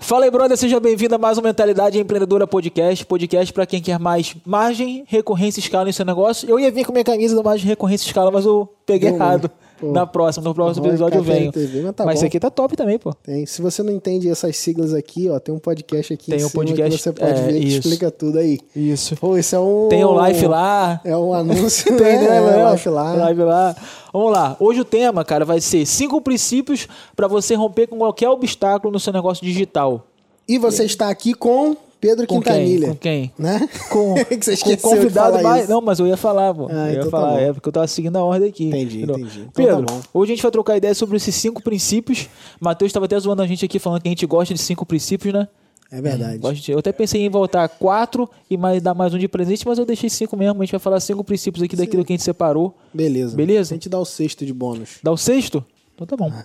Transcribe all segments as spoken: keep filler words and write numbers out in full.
Fala aí, brother, seja bem-vindo a mais um Mentalidade Empreendedora Podcast. Podcast para quem quer mais margem, recorrência e escala em seu negócio. Eu ia vir com minha camisa da margem, recorrência e escala, mas eu peguei Deu, errado. Pô, na próxima, no próximo episódio eu venho. T V, mas tá mas isso aqui tá top também, pô. Tem. Se você não entende essas siglas aqui, ó, tem um podcast aqui tem em um cima podcast, que você pode é, ver que isso. explica tudo aí. Isso. Pô, isso é um... Tem um live lá. É um anúncio, tem, né? né? É, é, live lá. Live lá. Vamos lá. Hoje o tema, cara, vai ser cinco princípios para você romper com qualquer obstáculo no seu negócio digital. E você está aqui com... Pedro com Quintanilha. Quem? Com quem? Né? Com, que você com convidado mais... isso. Não, mas eu ia falar, pô. Ah, eu ia então falar, tá é porque eu tava seguindo a ordem aqui. Entendi, entendeu? entendi. Então Pedro, tá bom. hoje a gente vai trocar ideia sobre esses cinco princípios. Matheus estava até zoando a gente aqui, falando que a gente gosta de cinco princípios, né? É verdade. É, de... Eu até pensei em voltar a quatro e mais, dar mais um de presente, mas eu deixei cinco mesmo. A gente vai falar cinco princípios aqui Sim. daquilo que a gente separou. Beleza. Beleza? A gente dá o sexto de bônus. Dá o sexto? Então tá bom.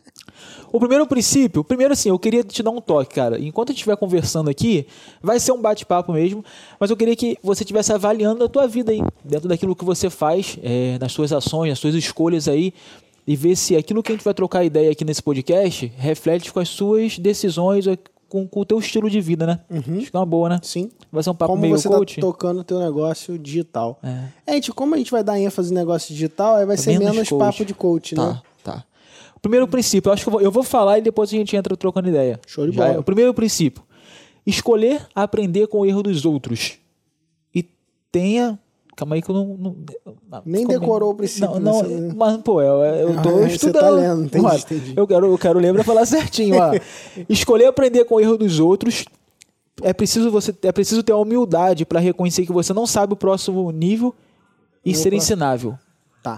O primeiro princípio, primeiro assim, eu queria te dar um toque, cara. Enquanto a gente estiver conversando aqui, vai ser um bate-papo mesmo, mas eu queria que você estivesse avaliando a tua vida aí, dentro daquilo que você faz, é, nas suas ações, nas suas escolhas aí, e ver se aquilo que a gente vai trocar ideia aqui nesse podcast reflete com as suas decisões, com, com o teu estilo de vida, né? Uhum. Acho que é uma boa, né? Sim. Vai ser um papo como meio você coach. Tá tocando o teu negócio digital. É. É, gente, como a gente vai dar ênfase no negócio digital, aí vai é ser menos, menos papo de coach, tá, né? Tá. Primeiro princípio, eu acho que eu vou, eu vou falar e depois a gente entra trocando ideia. Show de Já bola. É. O primeiro princípio, escolher aprender com o erro dos outros. E tenha... Calma aí que eu não... não Nem decorou o princípio. Não, não você... mas pô, eu, eu tô ah, estudando. Você tá lendo, entendi, mas, entendi. Eu quero, eu quero ler pra falar certinho. Ó. Escolher aprender com o erro dos outros. É preciso, você, é preciso ter a humildade para reconhecer que você não sabe o próximo nível e Opa. ser ensinável. Tá.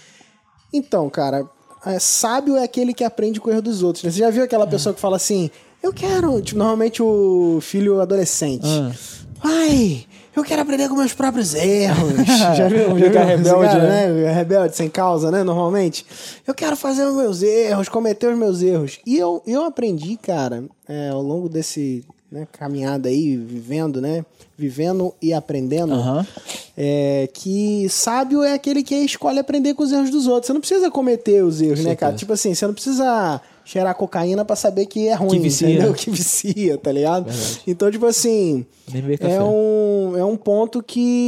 Então, cara... É, sábio é aquele que aprende com o erro dos outros, né? Você já viu aquela é. pessoa que fala assim, eu quero, tipo, normalmente o filho adolescente, ah. ai, eu quero aprender com meus próprios erros. Já viu? Já viu? Rebelde, cara, né? né? Rebelde, sem causa, né? Normalmente. Eu quero fazer os meus erros, cometer os meus erros. E eu, eu aprendi, cara, é, ao longo desse... Né, caminhada aí, vivendo, né? Vivendo e aprendendo, uhum. é, que sábio é aquele que escolhe aprender com os erros dos outros. Você não precisa cometer os erros, né, cara? Tipo assim, você não precisa cheirar cocaína pra saber que é ruim, que vicia. entendeu? Que vicia, tá ligado? Verdade. Então, tipo assim, é um, é um ponto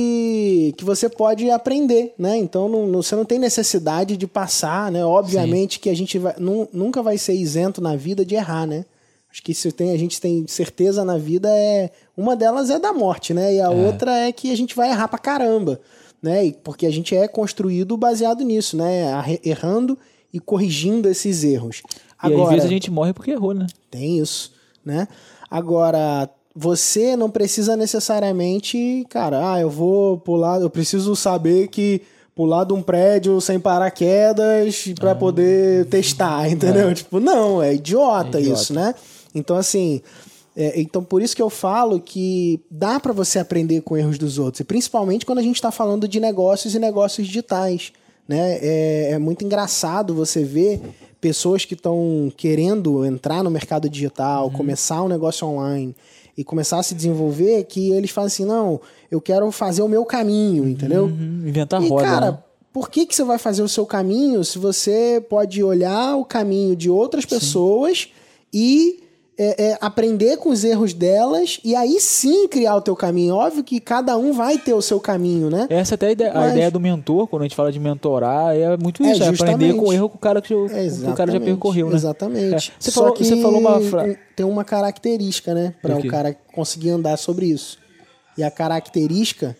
que, que você pode aprender, né? Então, não, não, você não tem necessidade de passar, né? Obviamente Sim. que a gente vai, nu, nunca vai ser isento na vida de errar, né? Acho que se tem, a gente tem certeza na vida, é uma delas é da morte, né? E a é. outra é que a gente vai errar pra caramba, né? E porque a gente é construído baseado nisso, né? Errando e corrigindo esses erros. Agora, e às vezes a gente morre porque errou, né? Tem isso, né? Agora, você não precisa necessariamente, cara, ah, eu vou pular, eu preciso saber que pular de um prédio sem paraquedas pra ah. poder testar, entendeu? É. Tipo, não, é idiota, é idiota isso, né? Então, assim, é, então por isso que eu falo que dá para você aprender com erros dos outros, e principalmente quando a gente está falando de negócios e negócios digitais, né? É, é muito engraçado você ver pessoas que estão querendo entrar no mercado digital, uhum. começar um negócio online e começar a se desenvolver, que eles falam assim, não, eu quero fazer o meu caminho, entendeu? Uhum. Inventar e, roda, cara, né? Por que, que você vai fazer o seu caminho se você pode olhar o caminho de outras pessoas sim. e é, é, aprender com os erros delas e aí sim criar o teu caminho? Óbvio que cada um vai ter o seu caminho, né? Essa até a ideia, Mas... a ideia do mentor, quando a gente fala de mentorar, é muito isso, é, é aprender com o erro que o cara, que o, é que o cara já percorreu, né? Exatamente. É. Você, falou, que você falou uma frase... tem uma característica, né? Para o cara conseguir andar sobre isso. E a característica...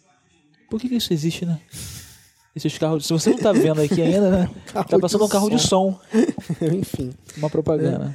Por que, que isso existe, né? Esses carros, se você não tá vendo aqui ainda, né? Tá passando um carro de som. Enfim. Uma propaganda.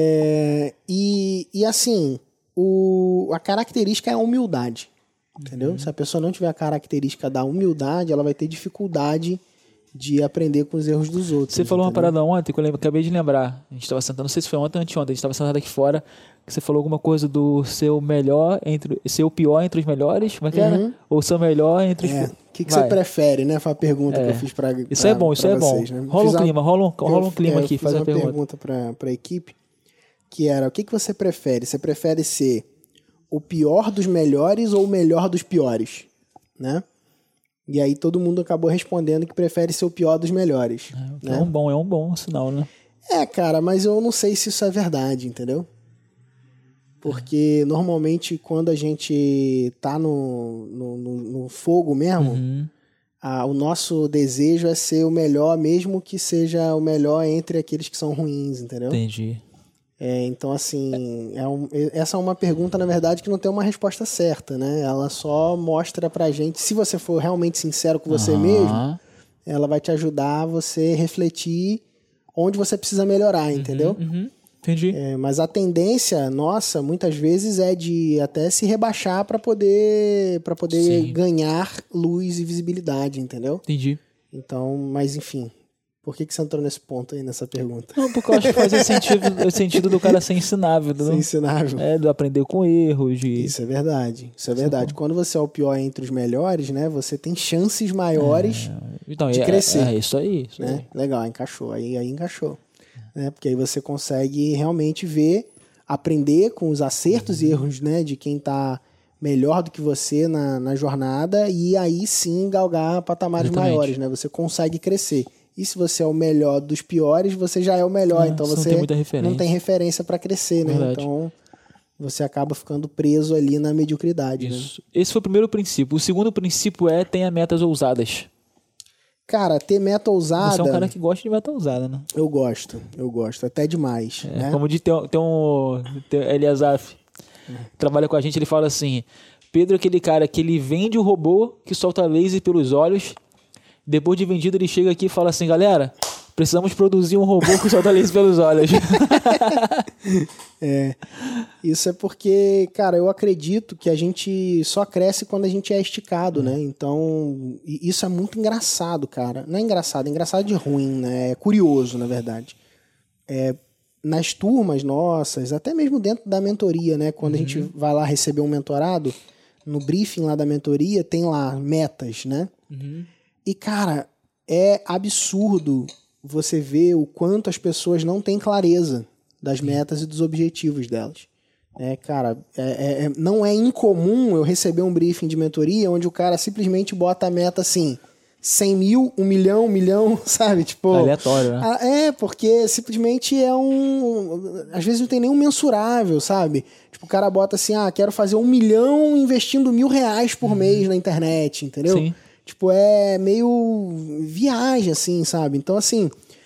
É, e, e assim, o, a característica é a humildade. Entendeu? Uhum. Se a pessoa não tiver a característica da humildade, ela vai ter dificuldade de aprender com os erros dos outros. Você falou entendeu? uma parada ontem que eu lembro, acabei de lembrar. A gente tava sentando, não sei se foi ontem ou anteontem, a gente tava sentado aqui fora, que você falou alguma coisa do ser o melhor entre, ser o pior entre os melhores, como é que uhum. era? Ou ser o melhor entre os... É. O que, que você prefere, né? Foi a pergunta é. que eu fiz para vocês. Isso é bom, isso é vocês, bom. Né? Rola um a, clima, rola um, rola um clima eu, aqui, eu faz a pergunta. Eu fiz uma pergunta para a equipe, que era, o que, que você prefere? Você prefere ser o pior dos melhores ou o melhor dos piores? Né? E aí todo mundo acabou respondendo que prefere ser o pior dos melhores. É, né? é um bom, é um bom sinal, né? É, cara, mas eu não sei se isso é verdade, entendeu? Porque normalmente quando a gente tá no, no, no, no fogo mesmo, Uhum. a, o nosso desejo é ser o melhor, mesmo que seja o melhor entre aqueles que são ruins, entendeu? Entendi. É, então, assim, é um, essa é uma pergunta, na verdade, que não tem uma resposta certa, né? Ela só mostra pra gente, se você for realmente sincero com você Aham. mesmo, ela vai te ajudar a você refletir onde você precisa melhorar, entendeu? Uhum. Entendi. É, mas a tendência nossa, muitas vezes, é de até se rebaixar pra poder, para poder Sim. ganhar luz e visibilidade, entendeu? Entendi. Então, mas enfim... Por que, que você entrou nesse ponto aí, nessa pergunta? Não, porque eu acho que fazia sentido, o sentido do cara ser ensinável. Ser Não? ensinável. É, do aprender com erros. De... Isso é verdade. Isso é verdade. Quando você é o pior entre os melhores, né? Você tem chances maiores É, então, de é, crescer. É, isso aí. Isso né? aí. Legal, encaixou. Aí, aí encaixou. Né? Porque aí você consegue realmente ver, aprender com os acertos e erros, né? De quem tá melhor do que você na, na jornada e aí sim galgar patamares Exatamente. maiores, né? Você consegue crescer. E se você é o melhor dos piores, você já é o melhor. É, então você você não tem muita referência. não tem referência para crescer, né? Verdade. Então você acaba ficando preso ali na mediocridade. Isso. Né? Esse foi o primeiro princípio. O segundo princípio é tenha metas ousadas. Cara, ter meta ousada... Você é um cara que gosta de meta ousada, né? Eu gosto, eu gosto. Até demais. É, né? Como diz, tem, um- tem um... Tem o Eliasaf, Uhum. que trabalha com a gente, ele fala assim, Pedro é aquele cara que ele vende o robô que solta laser pelos olhos, depois de vendido ele chega aqui e fala assim, galera, precisamos produzir um robô que solta laser pelos olhos. É, isso é porque, cara, eu acredito que a gente só cresce quando a gente é esticado, né? Então, e isso é muito engraçado, cara. Não é engraçado, é engraçado de ruim, né? É curioso, na verdade. É, nas turmas nossas, até mesmo dentro da mentoria, né? Quando Uhum. a gente vai lá receber um mentorado, no briefing lá da mentoria, tem lá metas, né? Uhum. E, cara, é absurdo você ver o quanto as pessoas não têm clareza das metas e dos objetivos delas. É, cara, é, é- é- não é incomum eu receber um briefing de mentoria onde o cara simplesmente bota a meta assim, cem mil, um milhão, um milhão, sabe? Tipo, Aleatório, né? ah, é, porque simplesmente é um... Às vezes não tem nenhum mensurável, sabe? Tipo, o cara bota assim, ah, quero fazer um milhão investindo mil reais por mês na internet, entendeu? Sim. Tipo, é meio viagem, assim, sabe? Então, assim,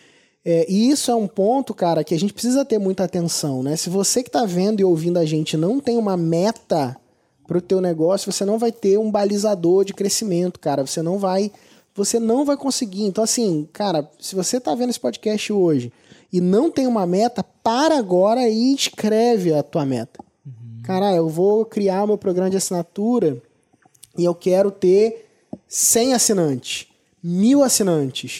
é, e isso é um ponto, cara, que a gente precisa ter muita atenção, né? Se você que tá vendo e ouvindo a gente não tem uma meta pro teu negócio, você não vai ter um balizador de crescimento, cara. Você não vai, você não vai conseguir. Então, assim, cara, se você tá vendo esse podcast hoje e não tem uma meta, para agora e escreve a tua meta. Uhum. Cara, eu vou criar o meu programa de assinatura e eu quero ter cem assinantes, mil assinantes,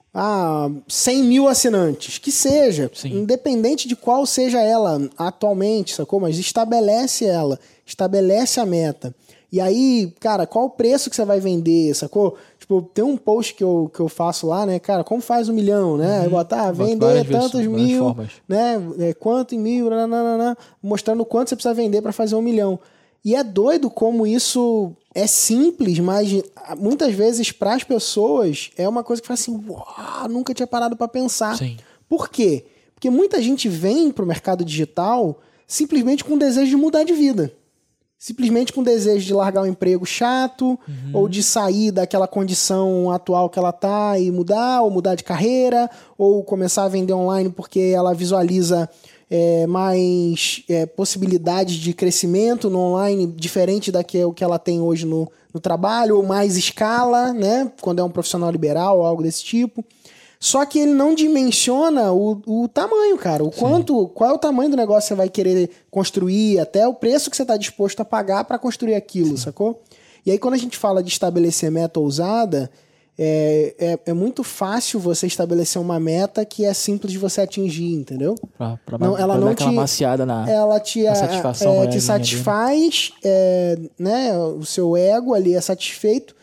ah, cem mil assinantes, que seja, Sim. independente de qual seja ela atualmente, sacou? Mas estabelece ela, estabelece a meta. E aí, cara, qual o preço que você vai vender, sacou? Tipo, tem um post que eu, que eu faço lá, né, cara, como faz um milhão, né? Uhum. Aí botar, ah, vender tantos vezes, mil, formas. Né? É, quanto em mil, nananana, mostrando quanto você precisa vender para fazer um milhão. E é doido como isso é simples, mas muitas vezes para as pessoas é uma coisa que fala assim, uau, nunca tinha parado para pensar. Sim. Por quê? Porque muita gente vem para o mercado digital simplesmente com o desejo de mudar de vida. Simplesmente com o desejo de largar um emprego chato, uhum. ou de sair daquela condição atual que ela tá e mudar, ou mudar de carreira, ou começar a vender online porque ela visualiza É, mais é, possibilidades de crescimento no online, diferente da que, o que ela tem hoje no, no trabalho, ou mais escala, né? Quando é um profissional liberal ou algo desse tipo. Só que ele não dimensiona o, o tamanho, cara. O quanto, qual é o tamanho do negócio que você vai querer construir, até o preço que você está disposto a pagar para construir aquilo, Sim. sacou? E aí, quando a gente fala de estabelecer meta ousada, É, é, é muito fácil você estabelecer uma meta que é simples de você atingir, entendeu? Pra, pra, não, ela pra não te, maciada na, ela te, na satisfação é, te satisfaz, é, né, o seu ego ali é satisfeito,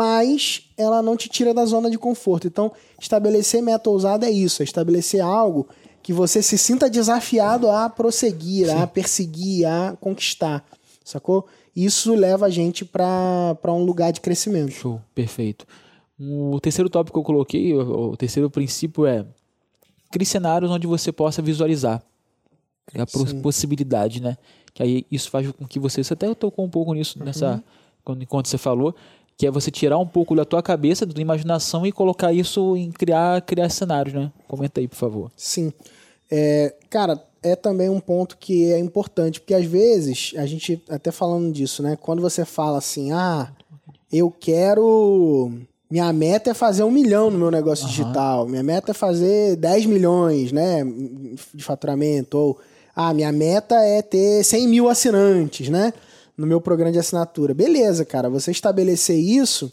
mas ela não te tira da zona de conforto. Então, estabelecer meta ousada é isso, é estabelecer algo que você se sinta desafiado a prosseguir, Sim. a perseguir, a conquistar, sacou? Isso leva a gente para um lugar de crescimento. Show, perfeito. O terceiro tópico que eu coloquei, o terceiro princípio é crie cenários onde você possa visualizar. criar possibilidade, né? Que aí isso faz com que você, você até tocou um pouco nisso uhum. nessa, quando, enquanto você falou, que é você tirar um pouco da tua cabeça, da tua imaginação e colocar isso em criar, criar cenários, né? Comenta aí, por favor. Sim. É, cara, é também um ponto que é importante, porque às vezes, a gente até falando disso, né? Quando você fala assim, ah, eu quero... Minha meta é fazer um milhão no meu negócio uhum. digital, minha meta é fazer dez milhões, né, de faturamento, ou, ah, minha meta é ter cem mil assinantes, né, no meu programa de assinatura. Beleza, cara, você estabelecer isso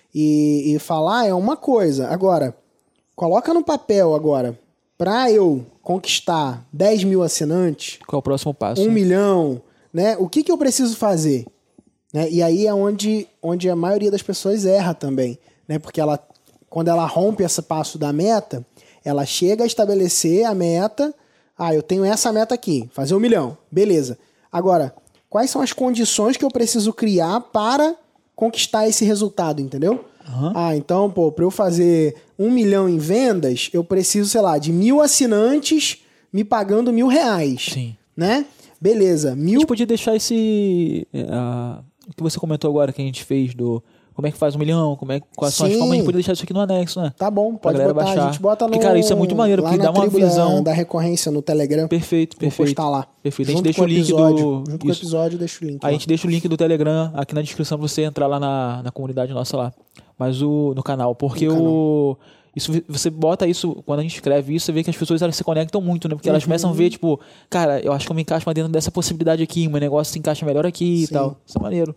e, e falar é uma coisa. Agora, coloca no papel agora, para eu conquistar dez mil assinantes... Qual é o próximo passo? Um milhão, né, o que, que eu preciso fazer? Né? E aí é onde, onde a maioria das pessoas erra também. Né? Porque ela, quando ela rompe esse passo da meta, ela chega a estabelecer a meta. Ah, eu tenho essa meta aqui, fazer um milhão. Beleza. Agora, quais são as condições que eu preciso criar para conquistar esse resultado, entendeu? Uhum. Ah, então, pô, para eu fazer um milhão em vendas, eu preciso, sei lá, de mil assinantes me pagando mil reais. Sim. Né? Beleza. Mil... A gente podia deixar esse... Uh, o que você comentou agora, que a gente fez do... Como é que faz um milhão? Como é, quais Sim. são as formas? A gente poderia deixar isso aqui no anexo, né? Tá bom, pode botar. Baixar. A gente bota no... Porque, cara, isso é muito maneiro, porque dá uma visão... Da, da recorrência no Telegram. Perfeito, perfeito. Vou postar lá. Perfeito. A gente deixa o link episódio, do... Junto com o episódio, deixa o link. A gente deixa o link do Telegram aqui na descrição pra você entrar lá na, na comunidade nossa lá. Mas o... No canal. Porque no o... Canal. Isso, você bota isso, quando a gente escreve isso, você vê que as pessoas elas se conectam muito, né? Porque elas uhum. começam a ver, tipo, cara, eu acho que eu me encaixo mais dentro dessa possibilidade aqui, meu negócio se encaixa melhor aqui Sim. e tal. Isso é maneiro.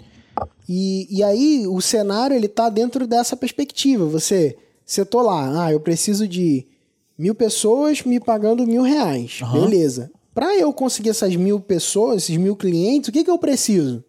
E, e aí, o cenário, ele tá dentro dessa perspectiva. Você, você tô lá, ah, eu preciso de mil pessoas me pagando mil reais. Uhum. Beleza. Para eu conseguir essas mil pessoas, esses mil clientes, o que que eu preciso?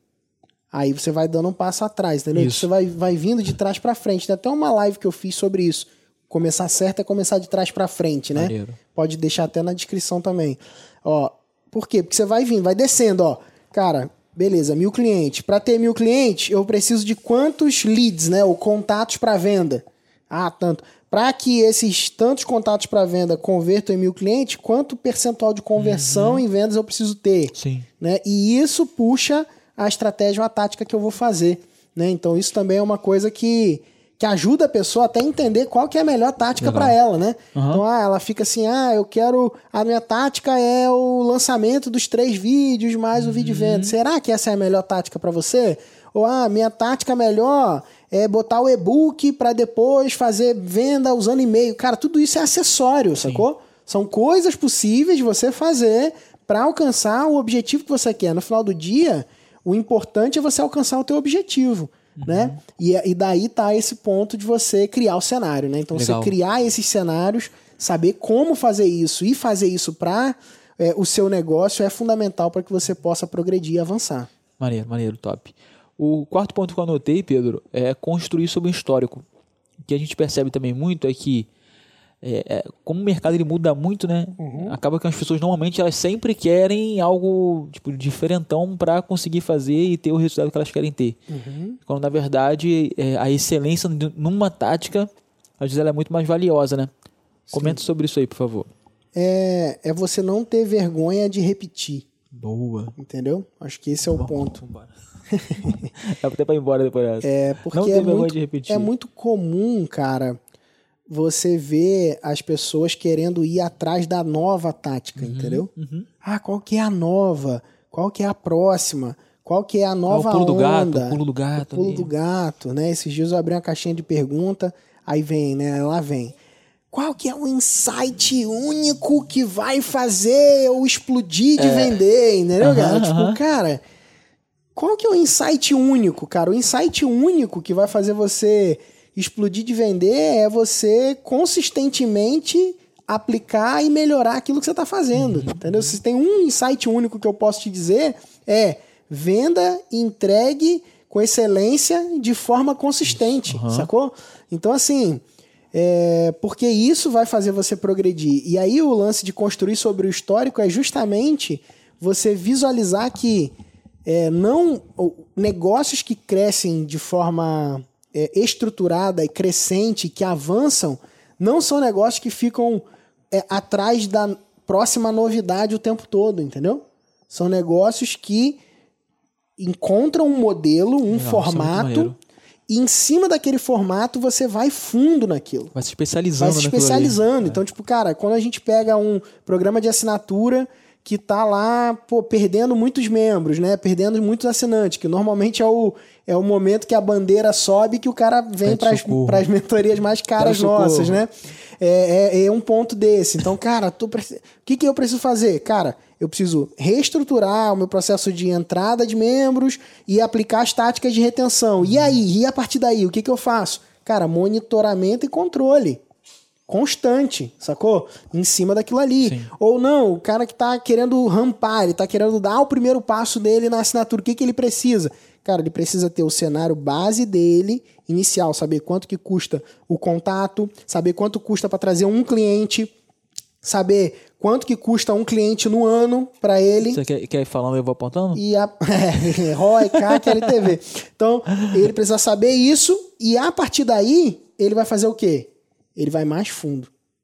Aí você vai dando um passo atrás, entendeu? Isso. Você vai, vai vindo de trás para frente. Tem até uma live que eu fiz sobre isso. Começar certo é começar de trás para frente, né? Maneiro. Pode deixar até na descrição também. Ó, por quê? Porque você vai vindo, vai descendo, ó. Cara, beleza, mil clientes. Para ter mil clientes, eu preciso de quantos leads, né? Ou contatos para venda. Ah, tanto. Para que esses tantos contatos para venda convertam em mil clientes, quanto percentual de conversão uhum. em vendas eu preciso ter? Sim. Né? E isso puxa a estratégia ou a tática que eu vou fazer. Né? Então isso também é uma coisa que... que ajuda a pessoa até a entender qual que é a melhor tática para ela, né? Uhum. Então, ah, ela fica assim, ah, eu quero... A minha tática é o lançamento dos três vídeos mais o uhum. vídeo de venda. Será que essa é a melhor tática para você? Ou, ah, minha tática melhor é botar o e-book para depois fazer venda usando e-mail. Cara, tudo isso é acessório, Sim. sacou? São coisas possíveis de você fazer para alcançar o objetivo que você quer. No final do dia, o importante é você alcançar o teu objetivo. Uhum. Né? E, e daí tá esse ponto de você criar o cenário, né? Então Legal. Você criar esses cenários, saber como fazer isso e fazer isso para é, o seu negócio é fundamental para que você possa progredir e avançar. Maneiro, maneiro, top. O quarto ponto que eu anotei, Pedro, é construir sobre o histórico. O que a gente percebe também muito é que É, é, como o mercado ele muda muito, né? Uhum. Acaba que as pessoas normalmente elas sempre querem algo tipo diferentão para conseguir fazer e ter o resultado que elas querem ter. Uhum. Quando na verdade é, a excelência numa tática às vezes ela é muito mais valiosa, né? Sim. Comenta sobre isso aí, por favor. É, é você não ter vergonha de repetir. Boa. Entendeu? Acho que esse é o Bom, ponto. Dá até para ir embora depois dessa. É porque não ter é vergonha muito, de repetir. É muito comum, cara, você vê as pessoas querendo ir atrás da nova tática, uhum, entendeu? Uhum. Ah, qual que é a nova? Qual que é a próxima? Qual que é a nova onda? É o pulo do gato, o pulo do gato. O pulo do gato, né? Esses dias eu abri uma caixinha de pergunta, aí vem, né? Lá vem. Qual que é o insight único que vai fazer eu explodir de é. vender, entendeu, uhum, cara? Tipo, uhum. cara, qual que é o insight único, cara? O insight único que vai fazer você explodir de vender é você consistentemente aplicar e melhorar aquilo que você está fazendo, uhum. entendeu? Se tem um insight único que eu posso te dizer, é venda e entregue com excelência de forma consistente, uhum. sacou? Então, assim, é, porque isso vai fazer você progredir. E aí o lance de construir sobre o histórico é justamente você visualizar que é, não negócios que crescem de forma É, estruturada e crescente, que avançam, não são negócios que ficam é, atrás da próxima novidade o tempo todo, entendeu? São negócios que encontram um modelo, um Legal, formato, e em cima daquele formato você vai fundo naquilo. Vai se especializando. Vai se especializando. Então, tipo, cara, quando a gente pega um programa de assinatura que tá lá, pô, perdendo muitos membros, né? Perdendo muitos assinantes, que normalmente é o, é o momento que a bandeira sobe que o cara vem para as mentorias mais caras nossas, né? É, é, é um ponto desse. Então, cara, tô preci... o que, que eu preciso fazer? Cara, eu preciso reestruturar o meu processo de entrada de membros e aplicar as táticas de retenção. E aí? E a partir daí? O que, que eu faço? Cara, monitoramento e controle constante, sacou? Em cima daquilo ali. Sim. Ou não, o cara que tá querendo rampar, ele tá querendo dar o primeiro passo dele na assinatura, o que, que ele precisa? Cara, ele precisa ter o cenário base dele, inicial, saber quanto que custa o contato, saber quanto custa para trazer um cliente, saber quanto que custa um cliente no ano para ele. Você quer, quer ir falando e eu vou apontando? E a é, R O I, C A C, L T V. Então, ele precisa saber isso e a partir daí, ele vai fazer o quê? Ele vai mais fundo,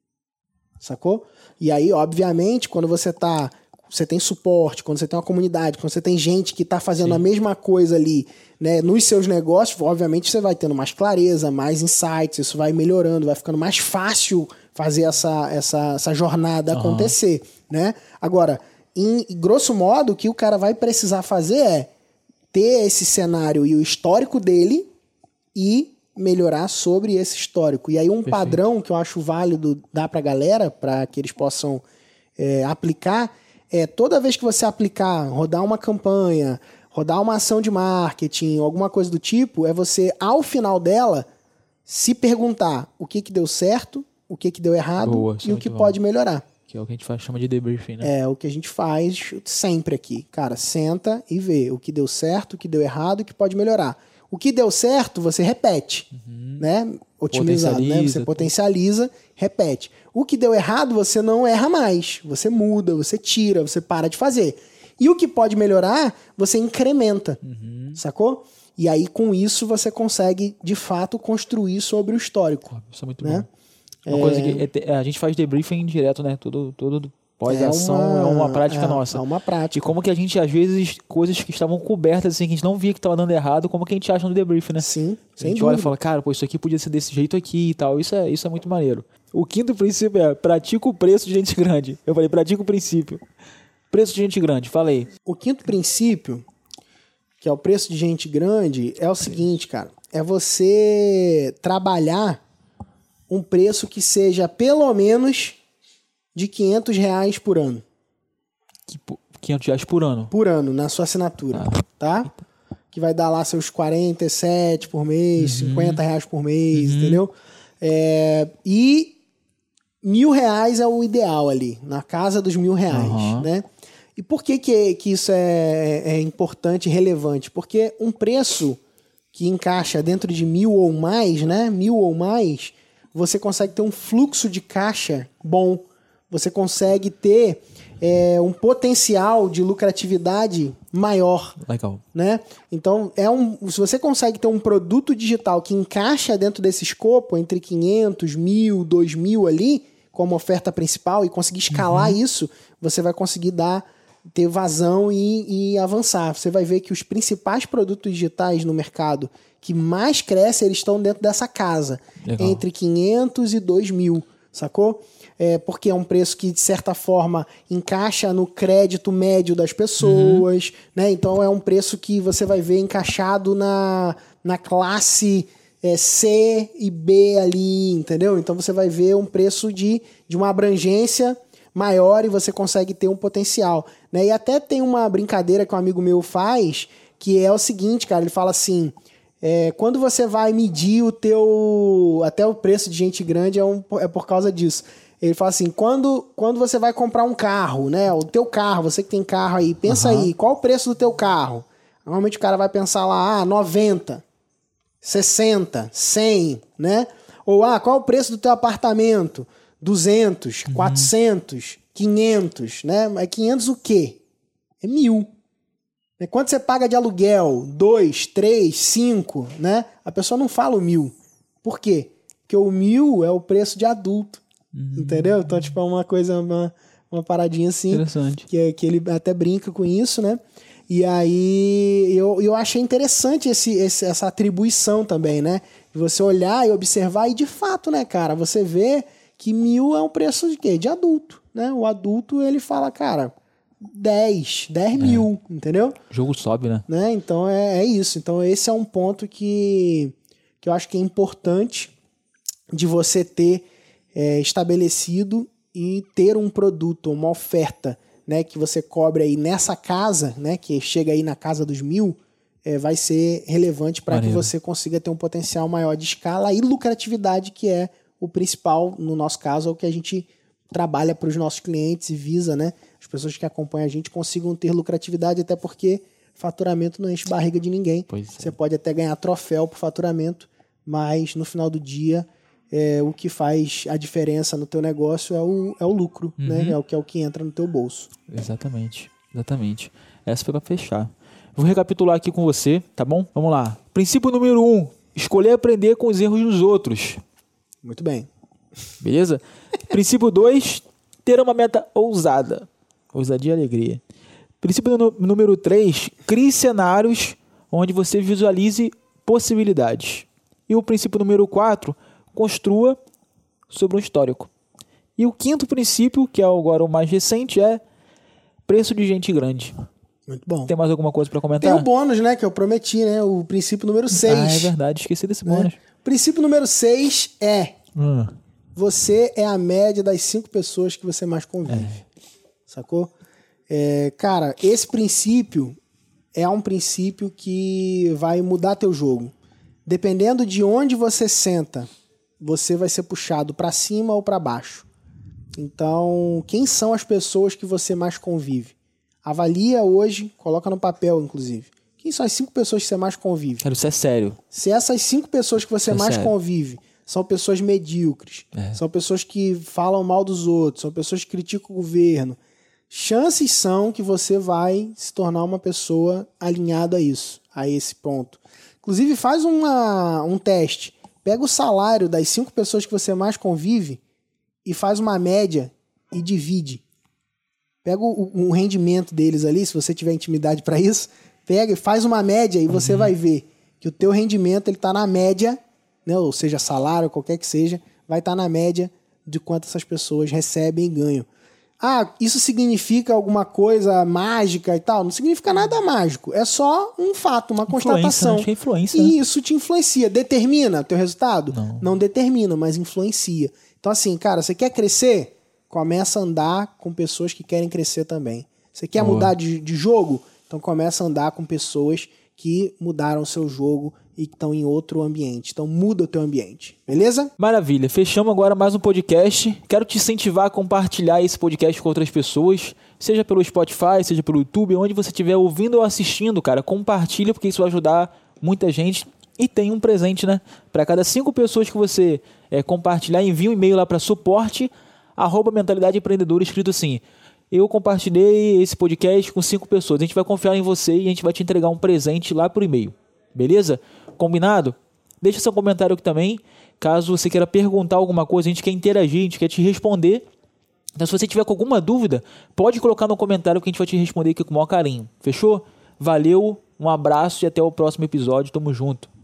sacou? E aí, obviamente, quando você tá, você tem suporte, quando você tem uma comunidade, quando você tem gente que tá fazendo Sim. a mesma coisa ali, né, nos seus negócios, obviamente você vai tendo mais clareza, mais insights, isso vai melhorando, vai ficando mais fácil fazer essa, essa, essa jornada uhum. acontecer, né? Agora, em grosso modo, o que o cara vai precisar fazer é ter esse cenário e o histórico dele e melhorar sobre esse histórico. E aí um Perfeito. Padrão que eu acho válido dar pra galera, para que eles possam é, aplicar, é toda vez que você aplicar, rodar uma campanha, rodar uma ação de marketing, alguma coisa do tipo, é você, ao final dela, se perguntar o que que deu certo, o que que deu errado Boa, e o que bom. Pode melhorar. Que é o que a gente faz, chama de debriefing, né? É, o que a gente faz sempre aqui. Cara, senta e vê o que deu certo, o que deu errado e o que pode melhorar. O que deu certo, você repete, uhum. né? Otimizado, né? Você potencializa, repete. O que deu errado, você não erra mais. Você muda, você tira, você para de fazer. E o que pode melhorar, você incrementa, uhum. sacou? E aí, com isso, você consegue, de fato, construir sobre o histórico. Isso é muito né? bom. Uma é... coisa que é, a gente faz debriefing direto, né? Todo... todo... Pós-ação é uma, é uma prática é, nossa. É uma prática. E como que a gente, às vezes, coisas que estavam cobertas, assim, que a gente não via que estava dando errado, como que a gente acha no debrief, né? Sim, sem A gente dúvida. Olha e fala, cara, pô, isso aqui podia ser desse jeito aqui e tal. Isso é, isso é muito maneiro. O quinto princípio é, pratica o preço de gente grande. Eu falei, pratica o princípio. Preço de gente grande, falei. O quinto princípio, que é o preço de gente grande, é o seguinte, cara. É você trabalhar um preço que seja, pelo menos... de quinhentos reais por ano. quinhentos reais por ano? Por ano, na sua assinatura, ah. tá? Que vai dar lá seus quarenta e sete por mês, uhum. cinquenta reais por mês, uhum. entendeu? É, e mil reais é o ideal ali, na casa dos mil reais, uhum. né? E por que que, que isso é, é importante e relevante? Porque um preço que encaixa dentro de mil ou mais, né? Mil ou mais, você consegue ter um fluxo de caixa bom. Você consegue ter é, um potencial de lucratividade maior. Legal. Né? Então, é um, se você consegue ter um produto digital que encaixa dentro desse escopo, entre quinhentos, mil, dois mil ali, como oferta principal, e conseguir escalar uhum. isso, você vai conseguir dar, ter vazão e, e avançar. Você vai ver que os principais produtos digitais no mercado que mais crescem, eles estão dentro dessa casa. Legal. Entre quinhentos e dois mil, sacou? É porque é um preço que, de certa forma, encaixa no crédito médio das pessoas, uhum. né? Então, é um preço que você vai ver encaixado na, na classe é, C e B ali, entendeu? Então, você vai ver um preço de, de uma abrangência maior e você consegue ter um potencial, né? E até tem uma brincadeira que um amigo meu faz, que é o seguinte, cara, ele fala assim... É, quando você vai medir o teu... Até o preço de gente grande é, um, é por causa disso. Ele fala assim, quando, quando você vai comprar um carro, né? O teu carro, você que tem carro aí, pensa uhum. aí, qual o preço do teu carro? Normalmente o cara vai pensar lá, ah, noventa, sessenta, cem, né? Ou, ah, qual o preço do teu apartamento? duzentos, uhum. quatrocentos, quinhentos, né? Mas quinhentos o quê? É mil. Quanto você paga de aluguel? dois, três, cinco, né? A pessoa não fala o mil. Por quê? Porque o mil é o preço de adulto. Uhum. Entendeu? Então, tipo, é uma coisa, uma, uma paradinha assim. Interessante. Que, que ele até brinca com isso, né? E aí eu, eu achei interessante esse, esse, essa atribuição também, né? De você olhar e observar e de fato, né, cara? Você vê que mil é um preço de quê? De adulto, né? O adulto, ele fala, cara, dez, dez é. mil, entendeu? O jogo sobe, né? né? Então é, é isso. Então esse é um ponto que, que eu acho que é importante de você ter é, estabelecido e ter um produto, uma oferta, né, que você cobre aí nessa casa, né, que chega aí na casa dos mil, é, vai ser relevante para que você consiga ter um potencial maior de escala e lucratividade, que é o principal, no nosso caso, é o que a gente trabalha para os nossos clientes e visa, né, as pessoas que acompanham a gente consigam ter lucratividade, até porque faturamento não enche barriga de ninguém. Pois você é. pode até ganhar troféu por faturamento, mas no final do dia é, o que faz a diferença no teu negócio é o, é o lucro, uhum. né? É o que é o que entra no teu bolso. Exatamente, exatamente. Essa foi para fechar. Vou recapitular aqui com você, tá bom? Vamos lá. Princípio número um, escolher aprender com os erros dos outros. Muito bem. Beleza? Princípio dois, ter uma meta ousada. Ousadia e alegria. Princípio número três, crie cenários onde você visualize possibilidades. E o princípio número quatro, construa sobre um histórico. E o quinto princípio, que é agora o mais recente, é preço de gente grande. Muito bom. Tem mais alguma coisa para comentar? Tem o bônus, né, que eu prometi, né? O princípio número seis. Ah, é verdade. Esqueci desse bônus. É. Princípio número seis é hum. você é a média das cinco pessoas que você mais convive. É. Sacou? É, cara, esse princípio é um princípio que vai mudar teu jogo. Dependendo de onde você senta, você vai ser puxado para cima ou para baixo. Então, quem são as pessoas que você mais convive? Avalia hoje, coloca no papel, inclusive. Quem são as cinco pessoas que você mais convive? Quero ser sério. Se essas cinco pessoas que você é mais sério. convive são pessoas medíocres, é. são pessoas que falam mal dos outros, são pessoas que criticam o governo, chances são que você vai se tornar uma pessoa alinhada a isso, a esse ponto. Inclusive, faz uma, um teste. Pega o salário das cinco pessoas que você mais convive e faz uma média e divide. Pega o, o rendimento deles ali, se você tiver intimidade para isso, pega e faz uma média e você uhum. vai ver que o teu rendimento ele tá na média, né, ou seja, salário, qualquer que seja, vai estar tá na média de quanto essas pessoas recebem e ganham. Ah, isso significa alguma coisa mágica e tal? Não significa nada mágico. É só um fato, uma constatação. Influência, influência. E isso te influencia. Determina o teu resultado? Não. Não determina, mas influencia. Então assim, cara, você quer crescer? Começa a andar com pessoas que querem crescer também. Você quer Boa. mudar de, de jogo? Então começa a andar com pessoas que mudaram o seu jogo e estão em outro ambiente. Então muda o teu ambiente, beleza? Maravilha, fechamos agora mais um podcast. Quero te incentivar a compartilhar esse podcast com outras pessoas, seja pelo Spotify, seja pelo YouTube, onde você estiver ouvindo ou assistindo, cara, compartilha, porque isso vai ajudar muita gente. E tem um presente, né? Para cada cinco pessoas que você é, compartilhar, envia um e-mail lá para suporte, arroba mentalidade empreendedora, escrito assim: eu compartilhei esse podcast com cinco pessoas. A gente vai confiar em você e a gente vai te entregar um presente lá por e-mail. Beleza? Combinado? Deixa seu comentário aqui também. Caso você queira perguntar alguma coisa, a gente quer interagir, a gente quer te responder. Então, se você tiver com alguma dúvida, pode colocar no comentário que a gente vai te responder aqui com o maior carinho. Fechou? Valeu, um abraço e até o próximo episódio. Tamo junto.